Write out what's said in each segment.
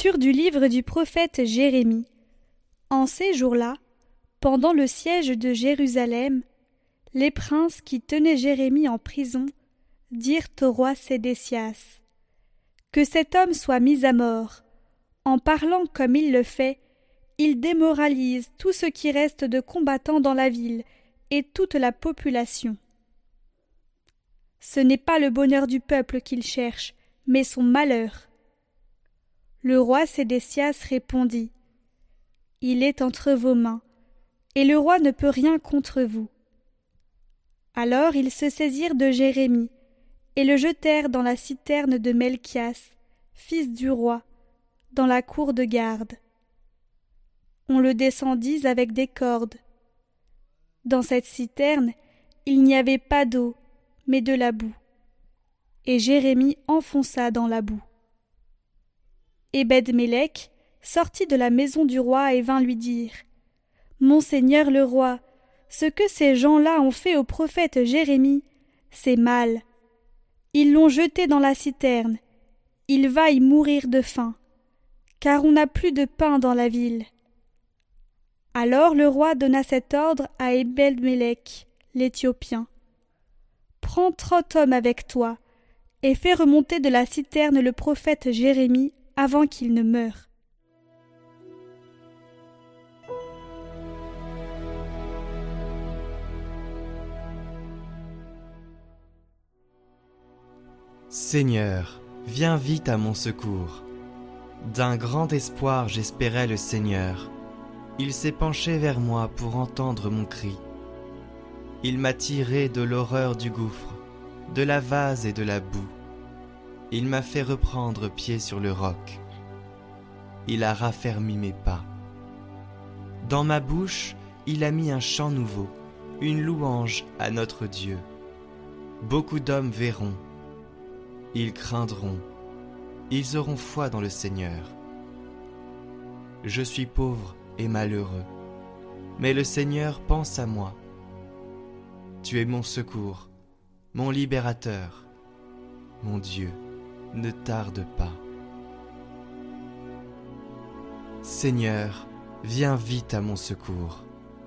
Lecture du livre du prophète Jérémie. En ces jours-là, pendant le siège de Jérusalem, les princes qui tenaient Jérémie en prison dirent au roi Sédécias : que cet homme soit mis à mort. En parlant comme il le fait, il démoralise tout ce qui reste de combattants dans la ville et toute la population. Ce n'est pas le bonheur du peuple qu'il cherche, mais son malheur. Le roi Sédécias répondit : il est entre vos mains, et le roi ne peut rien contre vous. Alors ils se saisirent de Jérémie et le jetèrent dans la citerne de Melchias, fils du roi, dans la cour de garde. On le descendit avec des cordes. Dans cette citerne, il n'y avait pas d'eau, mais de la boue. Et Jérémie enfonça dans la boue. Ebed-Mélec sortit de la maison du roi et vint lui dire : Mon seigneur le roi, ce que ces gens-là ont fait au prophète Jérémie, c'est mal. Ils l'ont jeté dans la citerne. Il va y mourir de faim, car on n'a plus de pain dans la ville. Alors le roi donna cet ordre à Ebed-Mélec, l'Éthiopien : Prends 30 hommes avec toi, et fais remonter de la citerne le prophète Jérémie avant qu'il ne meure. Seigneur, viens vite à mon secours. D'un grand espoir j'espérais le Seigneur. Il s'est penché vers moi pour entendre mon cri. Il m'a tiré de l'horreur du gouffre, de la vase et de la boue. Il m'a fait reprendre pied sur le roc. Il a raffermi mes pas. Dans ma bouche, il a mis un chant nouveau, une louange à notre Dieu. Beaucoup d'hommes verront. Ils craindront, ils auront foi dans le Seigneur. Je suis pauvre et malheureux, mais le Seigneur pense à moi. Tu es mon secours, mon libérateur. Mon Dieu, ne tarde pas. Seigneur, viens vite à mon secours.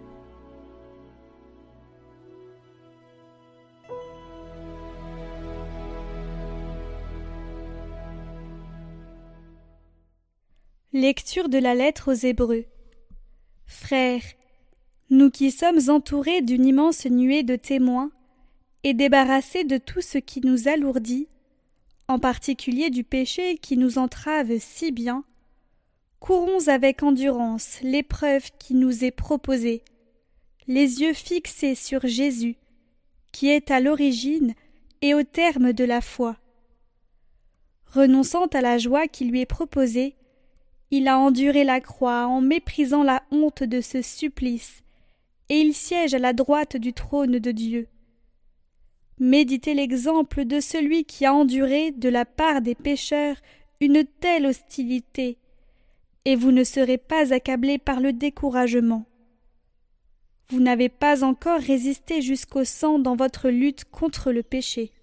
Lecture de la lettre aux Hébreux. Frères, nous qui sommes entourés d'une immense nuée de témoins et débarrassés de tout ce qui nous alourdit, en particulier du péché qui nous entrave si bien, courons avec endurance l'épreuve qui nous est proposée, les yeux fixés sur Jésus, qui est à l'origine et au terme de la foi. Renonçant à la joie qui lui est proposée, il a enduré la croix en méprisant la honte de ce supplice, et il siège à la droite du trône de Dieu. Méditez l'exemple de celui qui a enduré de la part des pécheurs une telle hostilité, et vous ne serez pas accablés par le découragement. Vous n'avez pas encore résisté jusqu'au sang dans votre lutte contre le péché.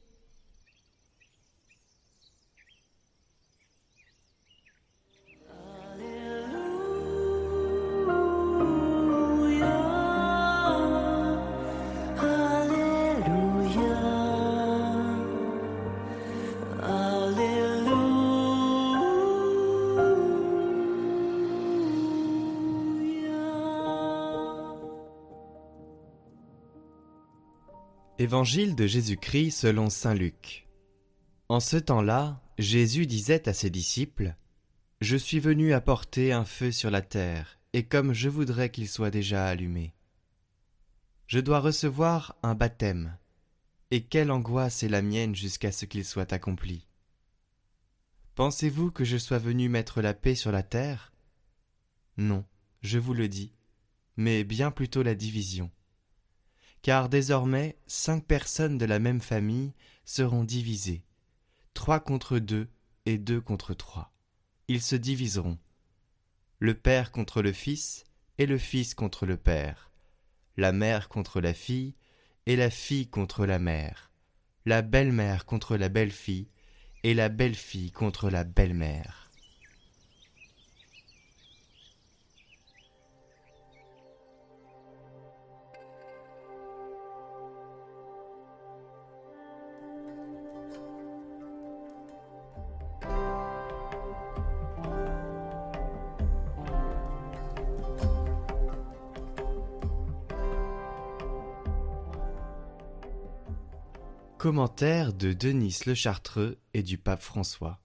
Évangile de Jésus-Christ selon saint Luc. En ce temps-là, Jésus disait à ses disciples : « Je suis venu apporter un feu sur la terre, et comme je voudrais qu'il soit déjà allumé. Je dois recevoir un baptême, et quelle angoisse est la mienne jusqu'à ce qu'il soit accompli. Pensez-vous que je sois venu mettre la paix sur la terre ? Non, je vous le dis, mais bien plutôt la division. Car désormais 5 personnes de la même famille seront divisées, 3 contre 2 et 2 contre 3. Ils se diviseront, le père contre le fils et le fils contre le père, la mère contre la fille et la fille contre la mère, la belle-mère contre la belle-fille et la belle-fille contre la belle-mère. Commentaire de Denis Le Chartreux et du pape François.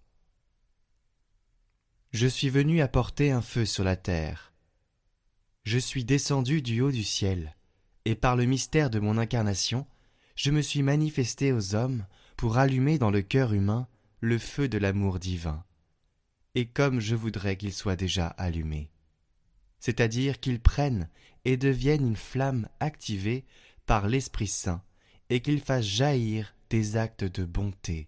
Je suis venu apporter un feu sur la terre. Je suis descendu du haut du ciel, et par le mystère de mon incarnation, je me suis manifesté aux hommes pour allumer dans le cœur humain le feu de l'amour divin, et comme je voudrais qu'il soit déjà allumé, c'est-à-dire qu'il prenne et devienne une flamme activée par l'Esprit Saint, et qu'il fasse jaillir des actes de bonté.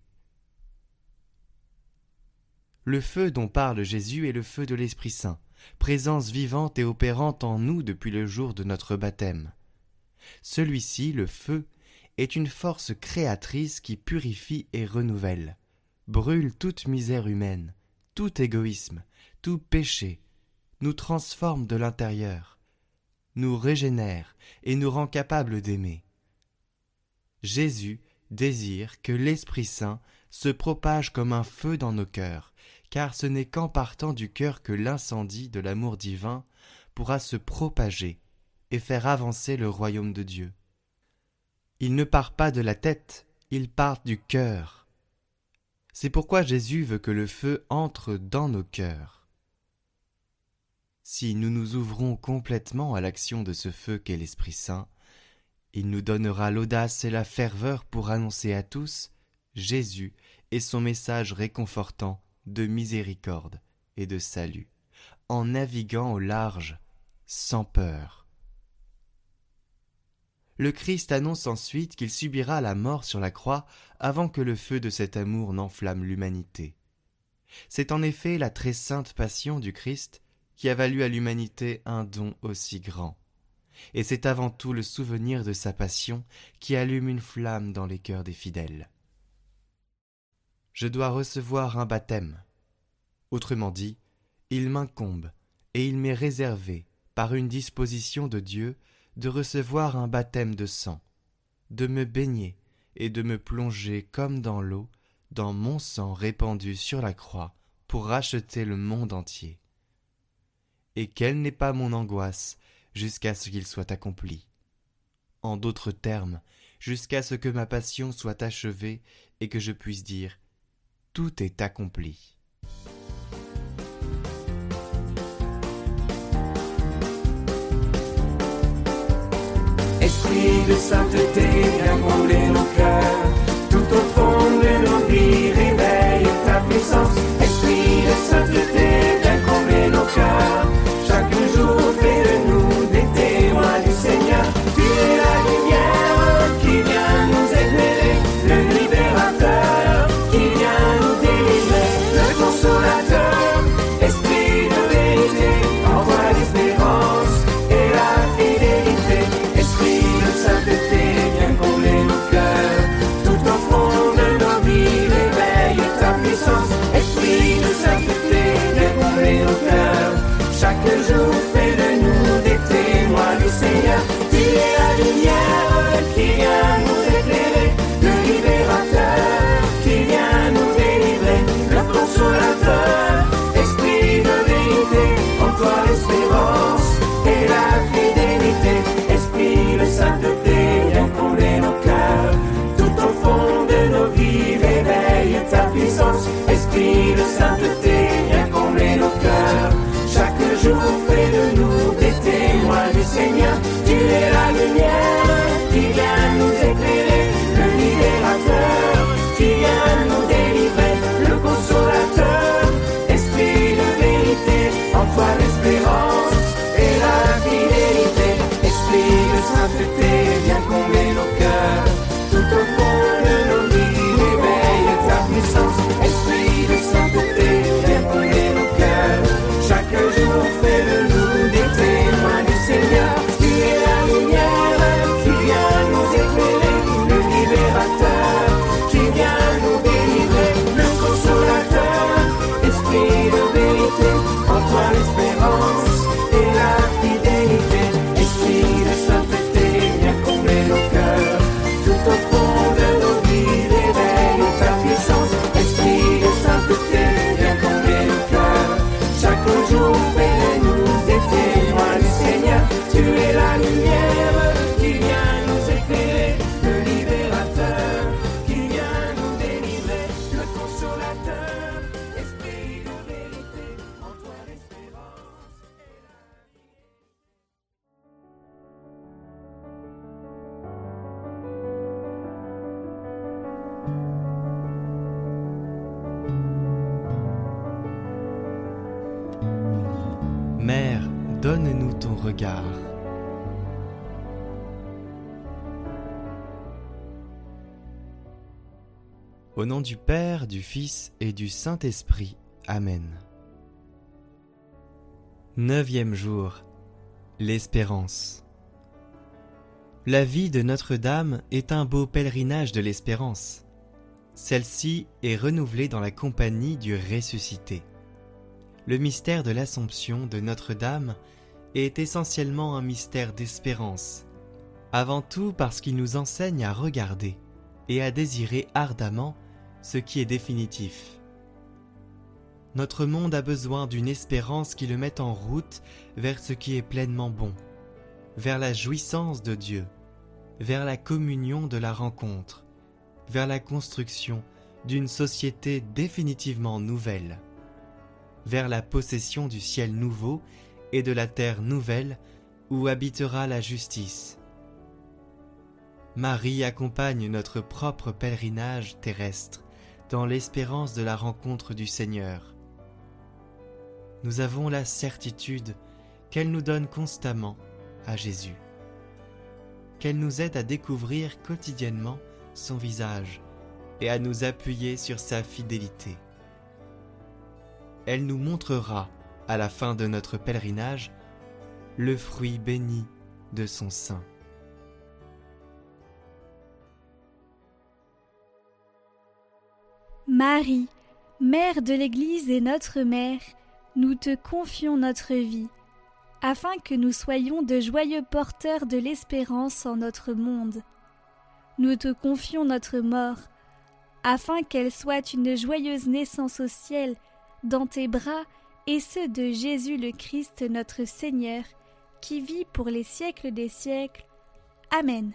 Le feu dont parle Jésus est le feu de l'Esprit Saint, présence vivante et opérante en nous depuis le jour de notre baptême. Celui-ci, le feu, est une force créatrice qui purifie et renouvelle, brûle toute misère humaine, tout égoïsme, tout péché, nous transforme de l'intérieur, nous régénère et nous rend capables d'aimer. Jésus désire que l'Esprit Saint se propage comme un feu dans nos cœurs, car ce n'est qu'en partant du cœur que l'incendie de l'amour divin pourra se propager et faire avancer le royaume de Dieu. Il ne part pas de la tête, il part du cœur. C'est pourquoi Jésus veut que le feu entre dans nos cœurs. Si nous nous ouvrons complètement à l'action de ce feu qu'est l'Esprit Saint, il nous donnera l'audace et la ferveur pour annoncer à tous Jésus et son message réconfortant de miséricorde et de salut, en naviguant au large, sans peur. Le Christ annonce ensuite qu'il subira la mort sur la croix avant que le feu de cet amour n'enflamme l'humanité. C'est en effet la très sainte passion du Christ qui a valu à l'humanité un don aussi grand. Et c'est avant tout le souvenir de sa passion qui allume une flamme dans les cœurs des fidèles. Je dois recevoir un baptême. Autrement dit, il m'incombe et il m'est réservé, par une disposition de Dieu, de recevoir un baptême de sang, de me baigner et de me plonger comme dans l'eau, dans mon sang répandu sur la croix pour racheter le monde entier. Et quelle n'est pas mon angoisse jusqu'à ce qu'il soit accompli. En d'autres termes, jusqu'à ce que ma passion soit achevée et que je puisse dire « Tout est accompli ». Esprit de sainteté, viens brûler nos cœurs, tout au fond de nos vies, réveille ta puissance. Esprit de sainteté, viens combler nos cœurs, chaque jour fais de nous des témoins du Seigneur. Tu es la lumière qui vient nous éclairer, le libérateur qui vient nous délivrer, le consolateur, esprit de vérité, envoie l'espérance et la fidélité. Esprit de sainteté, viens combler nos cœurs. regard. Au nom du Père, du Fils et du Saint-Esprit. Amen. 9e jour. L'espérance. La vie de Notre-Dame est un beau pèlerinage de l'espérance. Celle-ci est renouvelée dans la compagnie du ressuscité. Le mystère de l'Assomption de Notre-Dame est essentiellement un mystère d'espérance, avant tout parce qu'il nous enseigne à regarder et à désirer ardemment ce qui est définitif. Notre monde a besoin d'une espérance qui le mette en route vers ce qui est pleinement bon, vers la jouissance de Dieu, vers la communion de la rencontre, vers la construction d'une société définitivement nouvelle, vers la possession du ciel nouveau et de la terre nouvelle où habitera la justice. Marie accompagne notre propre pèlerinage terrestre dans l'espérance de la rencontre du Seigneur. Nous avons la certitude qu'elle nous donne constamment à Jésus, qu'elle nous aide à découvrir quotidiennement son visage et à nous appuyer sur sa fidélité. Elle nous montrera, à la fin de notre pèlerinage, le fruit béni de son sein. Marie, Mère de l'Église et notre Mère, nous te confions notre vie, afin que nous soyons de joyeux porteurs de l'espérance en notre monde. Nous te confions notre mort, afin qu'elle soit une joyeuse naissance au ciel, dans tes bras et ceux de Jésus le Christ notre Seigneur, qui vit pour les siècles des siècles. Amen.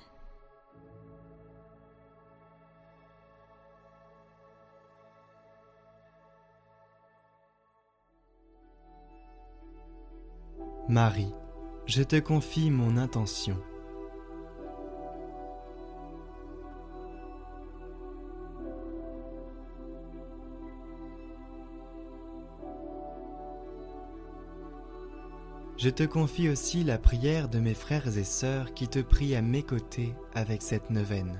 Marie, je te confie mon intention. Je te confie aussi la prière de mes frères et sœurs qui te prient à mes côtés avec cette neuvaine.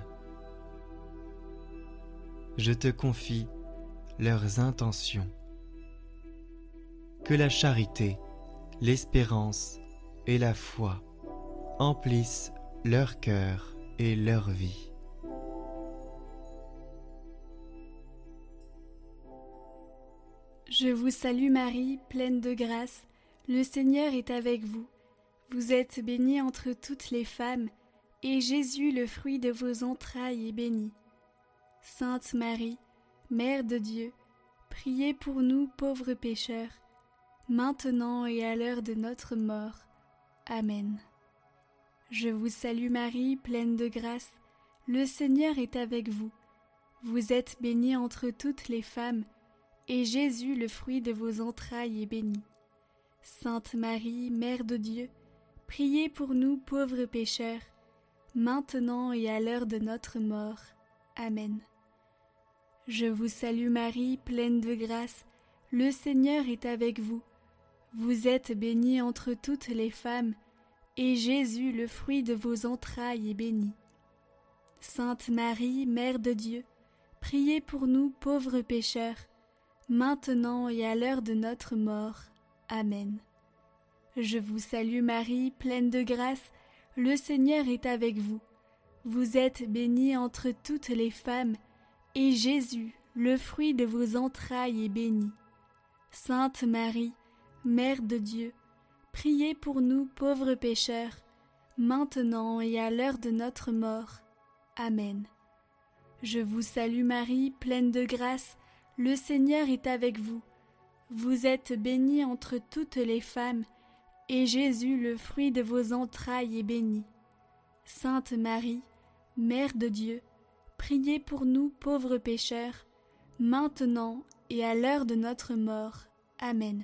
Je te confie leurs intentions. Que la charité, l'espérance et la foi emplissent leur cœur et leur vie. Je vous salue Marie, pleine de grâce, le Seigneur est avec vous. Vous êtes bénie entre toutes les femmes, et Jésus, le fruit de vos entrailles, est béni. Sainte Marie, Mère de Dieu, priez pour nous pauvres pécheurs, maintenant et à l'heure de notre mort. Amen. Je vous salue Marie, pleine de grâce, le Seigneur est avec vous. Vous êtes bénie entre toutes les femmes, et Jésus, le fruit de vos entrailles, est béni. Sainte Marie, Mère de Dieu, priez pour nous pauvres pécheurs, maintenant et à l'heure de notre mort. Amen. Je vous salue Marie, pleine de grâce, le Seigneur est avec vous. Vous êtes bénie entre toutes les femmes, et Jésus, le fruit de vos entrailles, est béni. Sainte Marie, Mère de Dieu, priez pour nous pauvres pécheurs, maintenant et à l'heure de notre mort. Amen. Je vous salue Marie, pleine de grâce, le Seigneur est avec vous. Vous êtes bénie entre toutes les femmes, et Jésus, le fruit de vos entrailles, est béni. Sainte Marie, Mère de Dieu, priez pour nous pauvres pécheurs, maintenant et à l'heure de notre mort. Amen. Je vous salue Marie, pleine de grâce, le Seigneur est avec vous. Vous êtes bénie entre toutes les femmes, et Jésus, le fruit de vos entrailles, est béni. Sainte Marie, Mère de Dieu, priez pour nous pauvres pécheurs, maintenant et à l'heure de notre mort. Amen.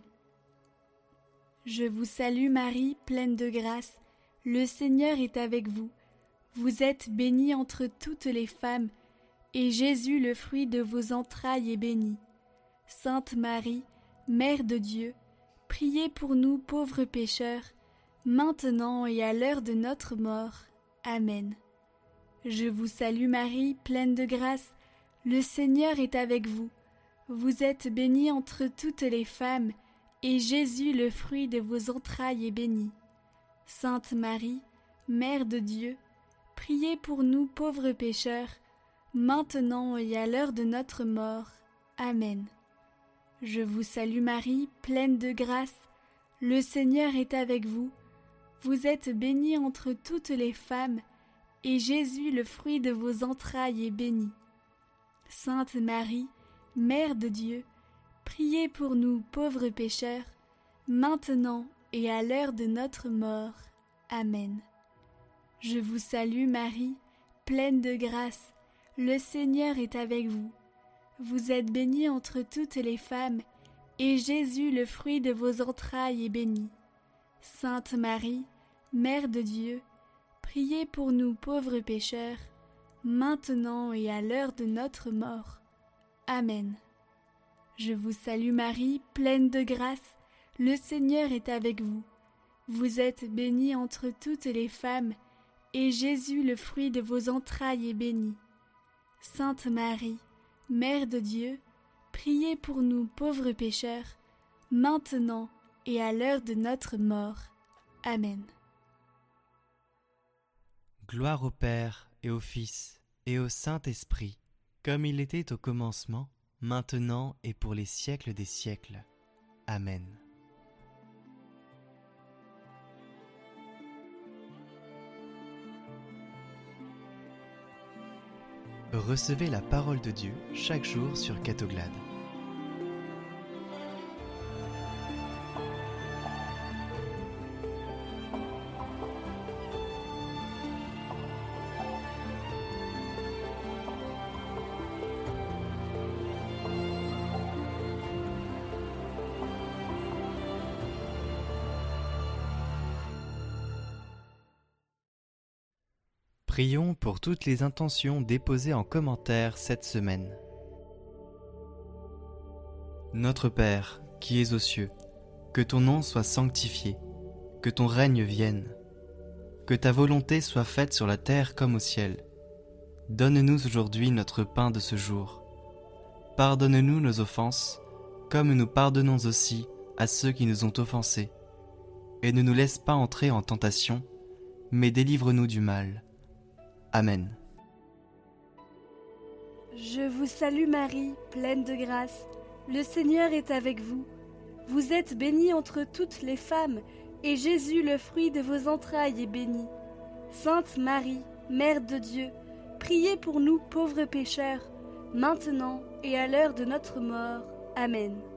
Je vous salue Marie, pleine de grâce, le Seigneur est avec vous. Vous êtes bénie entre toutes les femmes, et Jésus, le fruit de vos entrailles, est béni. Sainte Marie, Mère de Dieu, priez pour nous pauvres pécheurs, maintenant et à l'heure de notre mort. Amen. Je vous salue Marie, pleine de grâce, le Seigneur est avec vous. Vous êtes bénie entre toutes les femmes, et Jésus, le fruit de vos entrailles, est béni. Sainte Marie, Mère de Dieu, priez pour nous pauvres pécheurs, maintenant et à l'heure de notre mort. Amen. Je vous salue Marie, pleine de grâce, le Seigneur est avec vous. Vous êtes bénie entre toutes les femmes, et Jésus, le fruit de vos entrailles, est béni. Sainte Marie, Mère de Dieu, priez pour nous pauvres pécheurs, maintenant et à l'heure de notre mort. Amen. Je vous salue Marie, pleine de grâce, le Seigneur est avec vous. Vous êtes bénie entre toutes les femmes, et Jésus, le fruit de vos entrailles, est béni. Sainte Marie, Mère de Dieu, priez pour nous pauvres pécheurs, maintenant et à l'heure de notre mort. Amen. Je vous salue Marie, pleine de grâce, le Seigneur est avec vous. Vous êtes bénie entre toutes les femmes, et Jésus, le fruit de vos entrailles, est béni. Sainte Marie, Mère de Dieu, priez pour nous pauvres pécheurs, maintenant et à l'heure de notre mort. Amen. Gloire au Père et au Fils et au Saint-Esprit, comme il était au commencement, maintenant et pour les siècles des siècles. Amen. Recevez la parole de Dieu chaque jour sur Catoglade. Prions pour toutes les intentions déposées en commentaire cette semaine. Notre Père, qui es aux cieux, que ton nom soit sanctifié, que ton règne vienne, que ta volonté soit faite sur la terre comme au ciel. Donne-nous aujourd'hui notre pain de ce jour. Pardonne-nous nos offenses, comme nous pardonnons aussi à ceux qui nous ont offensés. Et ne nous laisse pas entrer en tentation, mais délivre-nous du mal. Amen. Je vous salue Marie, pleine de grâce, le Seigneur est avec vous. Vous êtes bénie entre toutes les femmes, et Jésus, le fruit de vos entrailles, est béni. Sainte Marie, Mère de Dieu, priez pour nous pauvres pécheurs, maintenant et à l'heure de notre mort. Amen.